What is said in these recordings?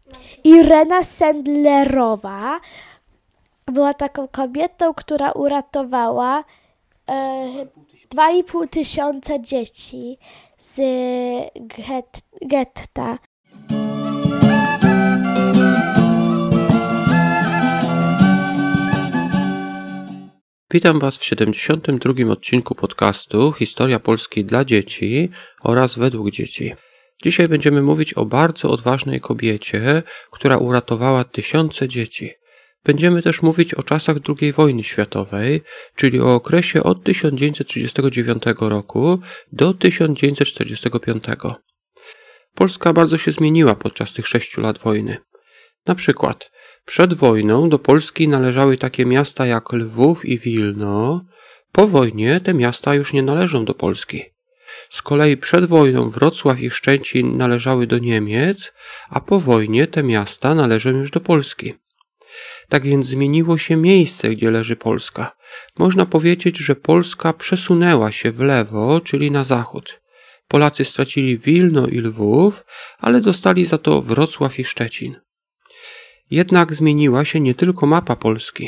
Irena Sendlerowa była taką kobietą, która uratowała 2,5 tysiąca dzieci z getta. Witam Was w 72. odcinku podcastu Historia Polski dla dzieci oraz według dzieci. Dzisiaj będziemy mówić o bardzo odważnej kobiecie, która uratowała tysiące dzieci. Będziemy też mówić o czasach II wojny światowej, czyli o okresie od 1939 roku do 1945. Polska bardzo się zmieniła podczas tych 6 lat wojny. Na przykład przed wojną do Polski należały takie miasta jak Lwów i Wilno. Po wojnie te miasta już nie należą do Polski. Z kolei przed wojną Wrocław i Szczecin należały do Niemiec, a po wojnie te miasta należą już do Polski. Tak więc zmieniło się miejsce, gdzie leży Polska. Można powiedzieć, że Polska przesunęła się w lewo, czyli na zachód. Polacy stracili Wilno i Lwów, ale dostali za to Wrocław i Szczecin. Jednak zmieniła się nie tylko mapa Polski.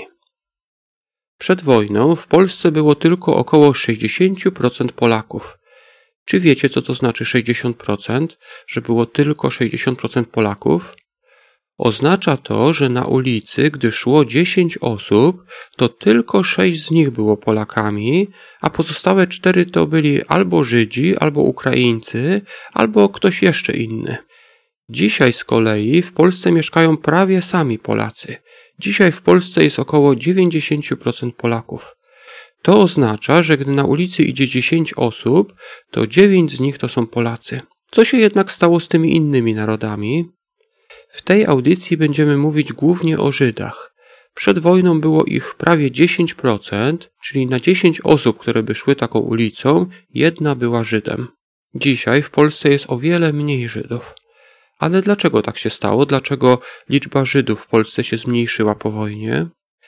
Przed wojną w Polsce było tylko około 60% Polaków. Czy wiecie, co to znaczy 60%? Że było tylko 60% Polaków? Oznacza to, że na ulicy, gdy szło 10 osób, to tylko 6 z nich było Polakami, a pozostałe 4 to byli albo Żydzi, albo Ukraińcy, albo ktoś jeszcze inny. Dzisiaj z kolei w Polsce mieszkają prawie sami Polacy. Dzisiaj w Polsce jest około 90% Polaków. To oznacza, że gdy na ulicy idzie 10 osób, to 9 z nich to są Polacy. Co się jednak stało z tymi innymi narodami? W tej audycji będziemy mówić głównie o Żydach. Przed wojną było ich prawie 10%, czyli na 10 osób, które by szły taką ulicą, jedna była Żydem. Dzisiaj w Polsce jest o wiele mniej Żydów. Ale dlaczego tak się stało? Dlaczego liczba Żydów w Polsce się zmniejszyła po wojnie?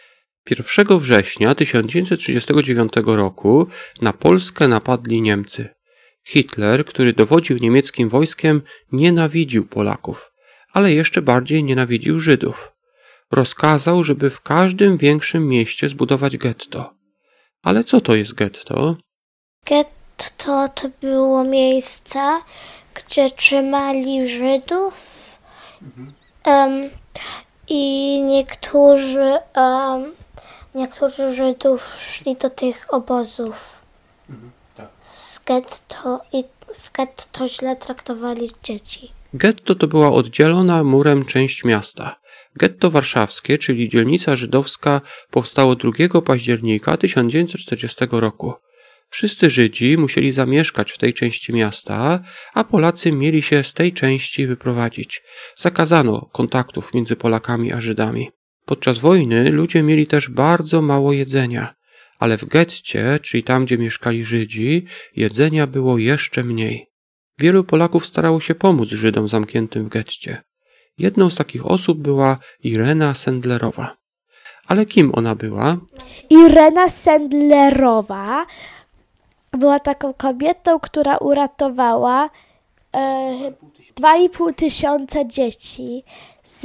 1 września 1939 roku na Polskę napadli Niemcy. Hitler, który dowodził niemieckim wojskiem, nienawidził Polaków, ale jeszcze bardziej nienawidził Żydów. Rozkazał, żeby w każdym większym mieście zbudować getto. Ale co to jest getto? Getto to było miejsce, gdzie trzymali Żydów i niektórzy Żydów szli do tych obozów z getto i w getto źle traktowali dzieci. Getto to była oddzielona murem część miasta. Getto warszawskie, czyli dzielnica żydowska, powstało 2 października 1940 roku. Wszyscy Żydzi musieli zamieszkać w tej części miasta, a Polacy mieli się z tej części wyprowadzić. Zakazano kontaktów między Polakami a Żydami. Podczas wojny ludzie mieli też bardzo mało jedzenia, ale w getcie, czyli tam, gdzie mieszkali Żydzi, jedzenia było jeszcze mniej. Wielu Polaków starało się pomóc Żydom zamkniętym w getcie. Jedną z takich osób była Irena Sendlerowa. Ale kim ona była? Irena Sendlerowa była taką kobietą, która uratowała 2,5 tysiąca dzieci z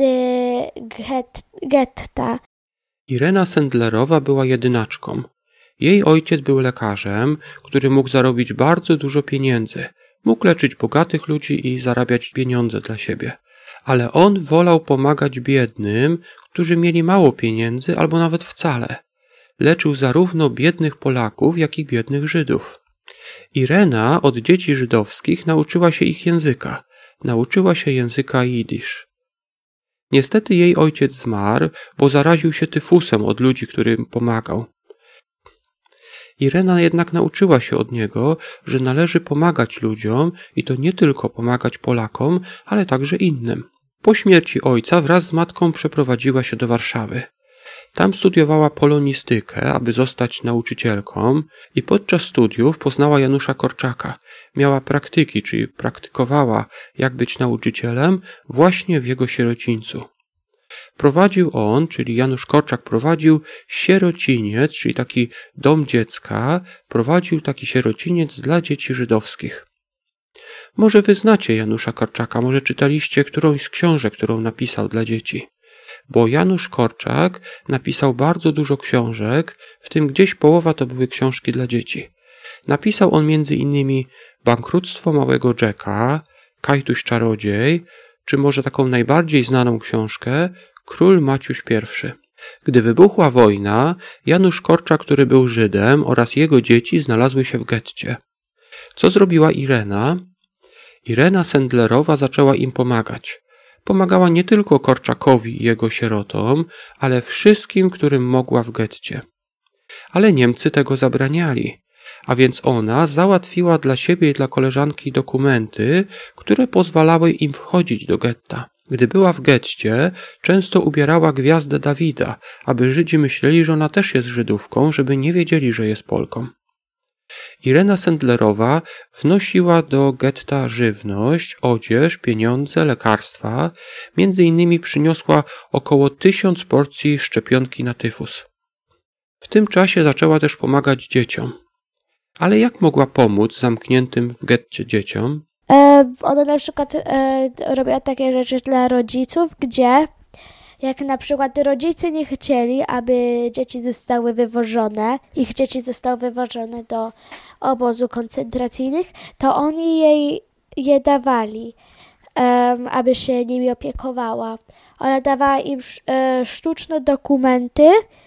getta. Irena Sendlerowa była jedynaczką. Jej ojciec był lekarzem, który mógł zarobić bardzo dużo pieniędzy. Mógł leczyć bogatych ludzi i zarabiać pieniądze dla siebie. Ale on wolał pomagać biednym, którzy mieli mało pieniędzy albo nawet wcale. Leczył zarówno biednych Polaków, jak i biednych Żydów. Irena od dzieci żydowskich nauczyła się ich języka. Nauczyła się języka jidysz. Niestety jej ojciec zmarł, bo zaraził się tyfusem od ludzi, którym pomagał. Irena jednak nauczyła się od niego, że należy pomagać ludziom i to nie tylko pomagać Polakom, ale także innym. Po śmierci ojca wraz z matką przeprowadziła się do Warszawy. Tam studiowała polonistykę, aby zostać nauczycielką i podczas studiów poznała Janusza Korczaka. Miała praktyki, czyli praktykowała, jak być nauczycielem właśnie w jego sierocińcu. Prowadził on, czyli Janusz Korczak prowadził sierociniec, czyli taki dom dziecka, prowadził taki sierociniec dla dzieci żydowskich. Może wy znacie Janusza Korczaka, może czytaliście którąś z książek, którą napisał dla dzieci. Bo Janusz Korczak napisał bardzo dużo książek, w tym gdzieś połowa to były książki dla dzieci. Napisał on m.in. Bankructwo małego Jacka, Kajtuś Czarodziej, czy może taką najbardziej znaną książkę Król Maciuś I. Gdy wybuchła wojna, Janusz Korczak, który był Żydem, oraz jego dzieci znalazły się w getcie. Co zrobiła Irena? Irena Sendlerowa zaczęła im pomagać. Pomagała nie tylko Korczakowi i jego sierotom, ale wszystkim, którym mogła w getcie. Ale Niemcy tego zabraniali, a więc ona załatwiła dla siebie i dla koleżanki dokumenty, które pozwalały im wchodzić do getta. Gdy była w getcie, często ubierała gwiazdę Dawida, aby Żydzi myśleli, że ona też jest Żydówką, żeby nie wiedzieli, że jest Polką. Irena Sendlerowa wnosiła do getta żywność, odzież, pieniądze, lekarstwa. Między innymi przyniosła około 1000 porcji szczepionki na tyfus. W tym czasie zaczęła też pomagać dzieciom. Ale jak mogła pomóc zamkniętym w getcie dzieciom? Ona na przykład robiła takie rzeczy dla rodziców, gdzie jak na przykład rodzice nie chcieli, aby dzieci zostały wywożone, ich dzieci zostały wywożone do obozu koncentracyjnych, to oni je dawali, aby się nimi opiekowała. Ona dawała im sztuczne dokumenty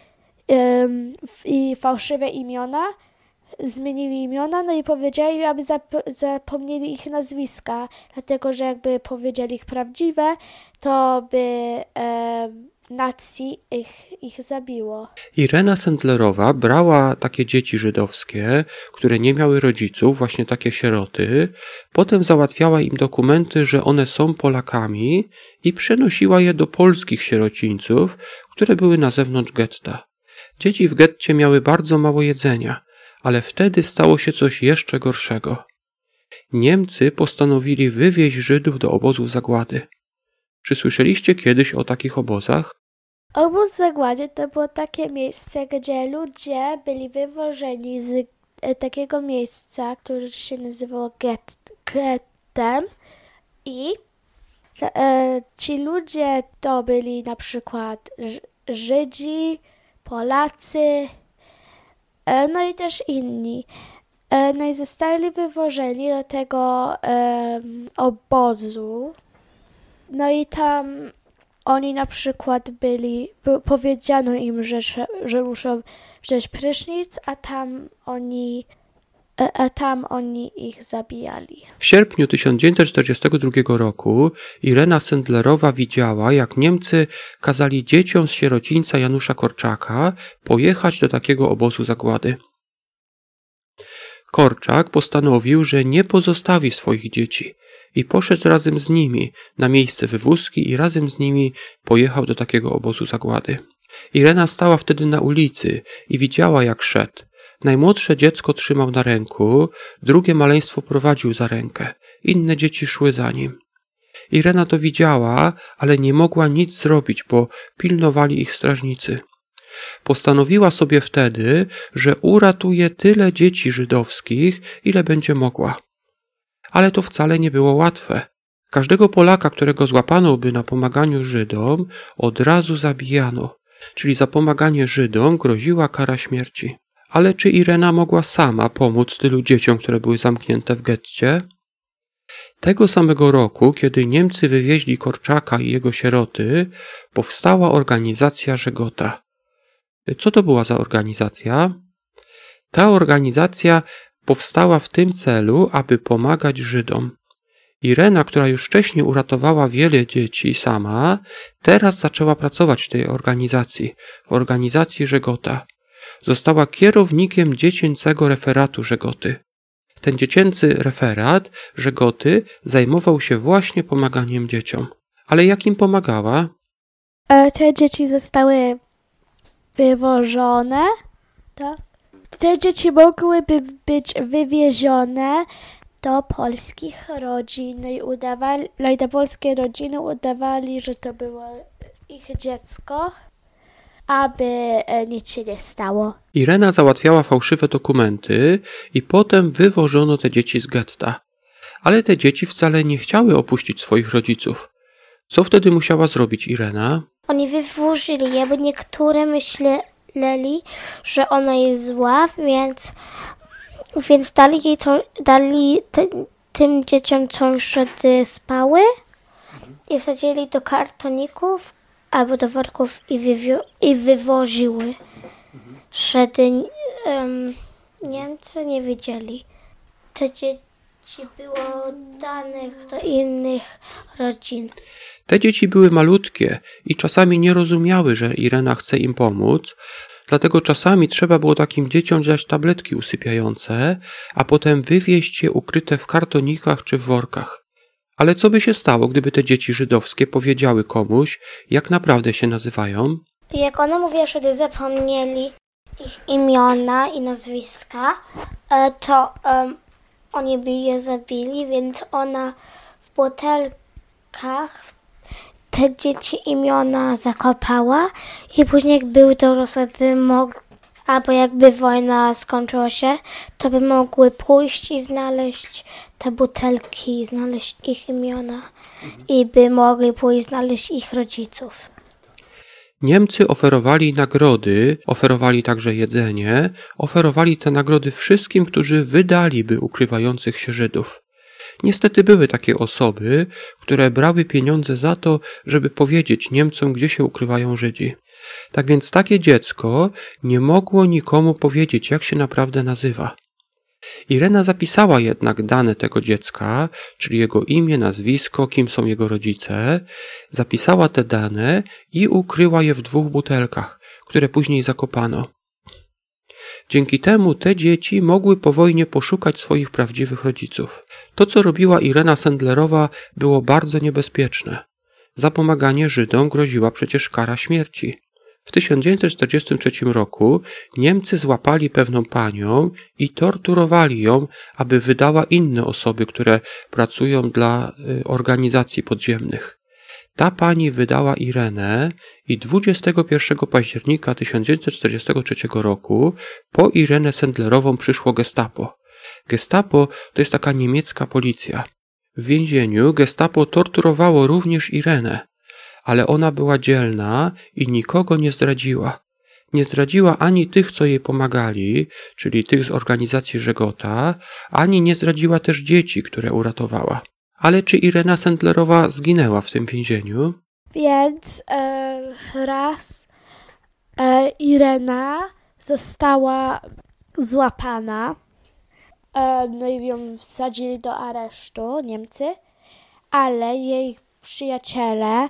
i fałszywe imiona, zmienili imiona, no i powiedzieli, aby zapomnieli ich nazwiska, dlatego, że jakby powiedzieli ich prawdziwe, to by nacji ich zabiło. Irena Sendlerowa brała takie dzieci żydowskie, które nie miały rodziców, właśnie takie sieroty, potem załatwiała im dokumenty, że one są Polakami i przenosiła je do polskich sierocińców, które były na zewnątrz getta. Dzieci w getcie miały bardzo mało jedzenia, ale wtedy stało się coś jeszcze gorszego. Niemcy postanowili wywieźć Żydów do obozów zagłady. Czy słyszeliście kiedyś o takich obozach? Obóz zagłady to było takie miejsce, gdzie ludzie byli wywożeni z takiego miejsca, które się nazywało gettem i ci ludzie to byli na przykład Żydzi, Polacy, no i też inni. No i zostali wywożeni do tego obozu. No i tam oni na przykład powiedziano im, że muszą wziąć prysznic, a tam oni ich zabijali. W sierpniu 1942 roku Irena Sendlerowa widziała, jak Niemcy kazali dzieciom z sierocińca Janusza Korczaka pojechać do takiego obozu zagłady. Korczak postanowił, że nie pozostawi swoich dzieci i poszedł razem z nimi na miejsce wywózki i razem z nimi pojechał do takiego obozu zagłady. Irena stała wtedy na ulicy i widziała, jak szedł. Najmłodsze dziecko trzymał na ręku, drugie maleństwo prowadził za rękę, inne dzieci szły za nim. Irena to widziała, ale nie mogła nic zrobić, bo pilnowali ich strażnicy. Postanowiła sobie wtedy, że uratuje tyle dzieci żydowskich, ile będzie mogła. Ale to wcale nie było łatwe. Każdego Polaka, którego złapano by na pomaganiu Żydom, od razu zabijano, czyli za pomaganie Żydom groziła kara śmierci. Ale czy Irena mogła sama pomóc tylu dzieciom, które były zamknięte w getcie? Tego samego roku, kiedy Niemcy wywieźli Korczaka i jego sieroty, powstała organizacja Żegota. Co to była za organizacja? Ta organizacja powstała w tym celu, aby pomagać Żydom. Irena, która już wcześniej uratowała wiele dzieci sama, teraz zaczęła pracować w tej organizacji, w organizacji Żegota. Została kierownikiem dziecięcego referatu Żegoty. Ten dziecięcy referat Żegoty zajmował się właśnie pomaganiem dzieciom. Ale jak im pomagała? Te dzieci zostały wywożone, tak? Te dzieci mogłyby być wywiezione do polskich rodzin, no i te polskie rodziny udawali, że to było ich dziecko, aby nic się nie stało. Irena załatwiała fałszywe dokumenty i potem wywożono te dzieci z getta. Ale te dzieci wcale nie chciały opuścić swoich rodziców. Co wtedy musiała zrobić Irena? Oni wywożyli je, bo niektóre myśleli, że ona jest zła, więc dali tym dzieciom coś, żeby spały i wsadzili do kartoników albo do worków i wywoziły, żeby Niemcy nie widzieli. Te dzieci było danych do innych rodzin. Te dzieci były malutkie i czasami nie rozumiały, że Irena chce im pomóc, dlatego czasami trzeba było takim dzieciom dać tabletki usypiające, a potem wywieźć je ukryte w kartonikach czy w workach. Ale co by się stało, gdyby te dzieci żydowskie powiedziały komuś, jak naprawdę się nazywają? Jak ona mówiła, że zapomnieli ich imiona i nazwiska, to oni by je zabili, więc ona w butelkach te dzieci imiona zakopała i później jak były dorosłe, albo jakby wojna skończyła się, to by mogły pójść i znaleźć te butelki, znaleźć ich imiona i by mogli pójść znaleźć ich rodziców. Niemcy oferowali nagrody, oferowali także jedzenie, oferowali te nagrody wszystkim, którzy wydaliby ukrywających się Żydów. Niestety były takie osoby, które brały pieniądze za to, żeby powiedzieć Niemcom, gdzie się ukrywają Żydzi. Tak więc takie dziecko nie mogło nikomu powiedzieć, jak się naprawdę nazywa. Irena zapisała jednak dane tego dziecka, czyli jego imię, nazwisko, kim są jego rodzice, zapisała te dane i ukryła je w 2 butelkach, które później zakopano. Dzięki temu te dzieci mogły po wojnie poszukać swoich prawdziwych rodziców. To, co robiła Irena Sendlerowa, było bardzo niebezpieczne. Za pomaganie Żydom groziła przecież kara śmierci. W 1943 roku Niemcy złapali pewną panią i torturowali ją, aby wydała inne osoby, które pracują dla organizacji podziemnych. Ta pani wydała Irenę i 21 października 1943 roku po Irenę Sendlerową przyszło Gestapo. Gestapo to jest taka niemiecka policja. W więzieniu Gestapo torturowało również Irenę, ale ona była dzielna i nikogo nie zdradziła. Nie zdradziła ani tych, co jej pomagali, czyli tych z organizacji Żegota, ani nie zdradziła też dzieci, które uratowała. Ale czy Irena Sendlerowa zginęła w tym więzieniu? Więc raz Irena została złapana, no i ją wsadzili do aresztu Niemcy, ale jej przyjaciele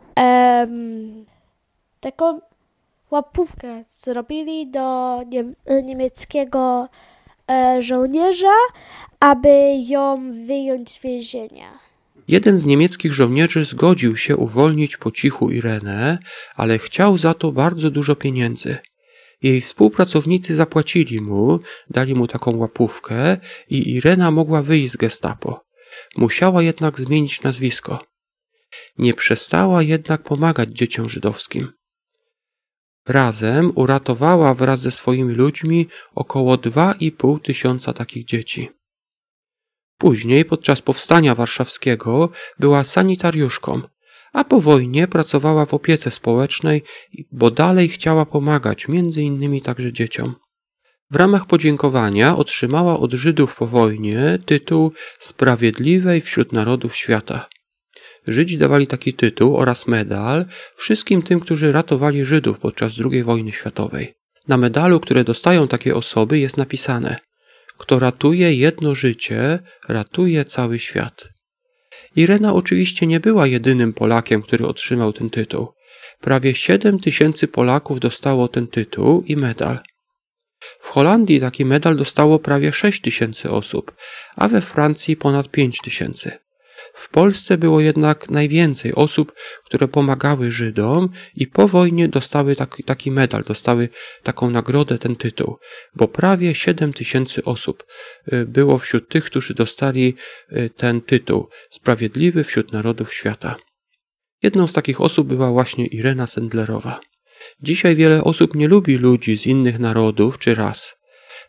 taką łapówkę zrobili do niemieckiego żołnierza, aby ją wyjąć z więzienia. Jeden z niemieckich żołnierzy zgodził się uwolnić po cichu Irenę, ale chciał za to bardzo dużo pieniędzy. Jej współpracownicy zapłacili mu, dali mu taką łapówkę i Irena mogła wyjść z Gestapo. Musiała jednak zmienić nazwisko. Nie przestała jednak pomagać dzieciom żydowskim. Razem uratowała wraz ze swoimi ludźmi około 2,5 tysiąca takich dzieci. Później, podczas powstania warszawskiego, była sanitariuszką, a po wojnie pracowała w opiece społecznej, bo dalej chciała pomagać, między innymi także dzieciom. W ramach podziękowania otrzymała od Żydów po wojnie tytuł Sprawiedliwej wśród Narodów Świata. Żydzi dawali taki tytuł oraz medal wszystkim tym, którzy ratowali Żydów podczas II wojny światowej. Na medalu, które dostają takie osoby, jest napisane: kto ratuje jedno życie, ratuje cały świat. Irena oczywiście nie była jedynym Polakiem, który otrzymał ten tytuł. Prawie 7 tysięcy Polaków dostało ten tytuł i medal. W Holandii taki medal dostało prawie 6 tysięcy osób, a we Francji ponad 5 tysięcy. W Polsce było jednak najwięcej osób, które pomagały Żydom i po wojnie dostały taki medal, dostały taką nagrodę, ten tytuł, bo prawie 7 tysięcy osób było wśród tych, którzy dostali ten tytuł Sprawiedliwy wśród Narodów Świata. Jedną z takich osób była właśnie Irena Sendlerowa. Dzisiaj wiele osób nie lubi ludzi z innych narodów czy ras.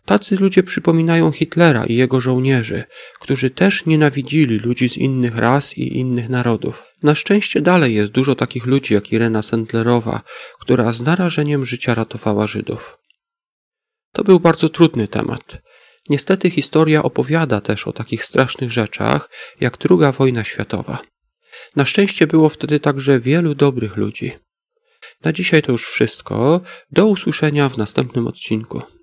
Tacy ludzie przypominają Hitlera i jego żołnierzy, którzy też nienawidzili ludzi z innych ras i innych narodów. Na szczęście dalej jest dużo takich ludzi jak Irena Sendlerowa, która z narażeniem życia ratowała Żydów. To był bardzo trudny temat. Niestety historia opowiada też o takich strasznych rzeczach jak II wojna światowa. Na szczęście było wtedy także wielu dobrych ludzi. Na dzisiaj to już wszystko. Do usłyszenia w następnym odcinku.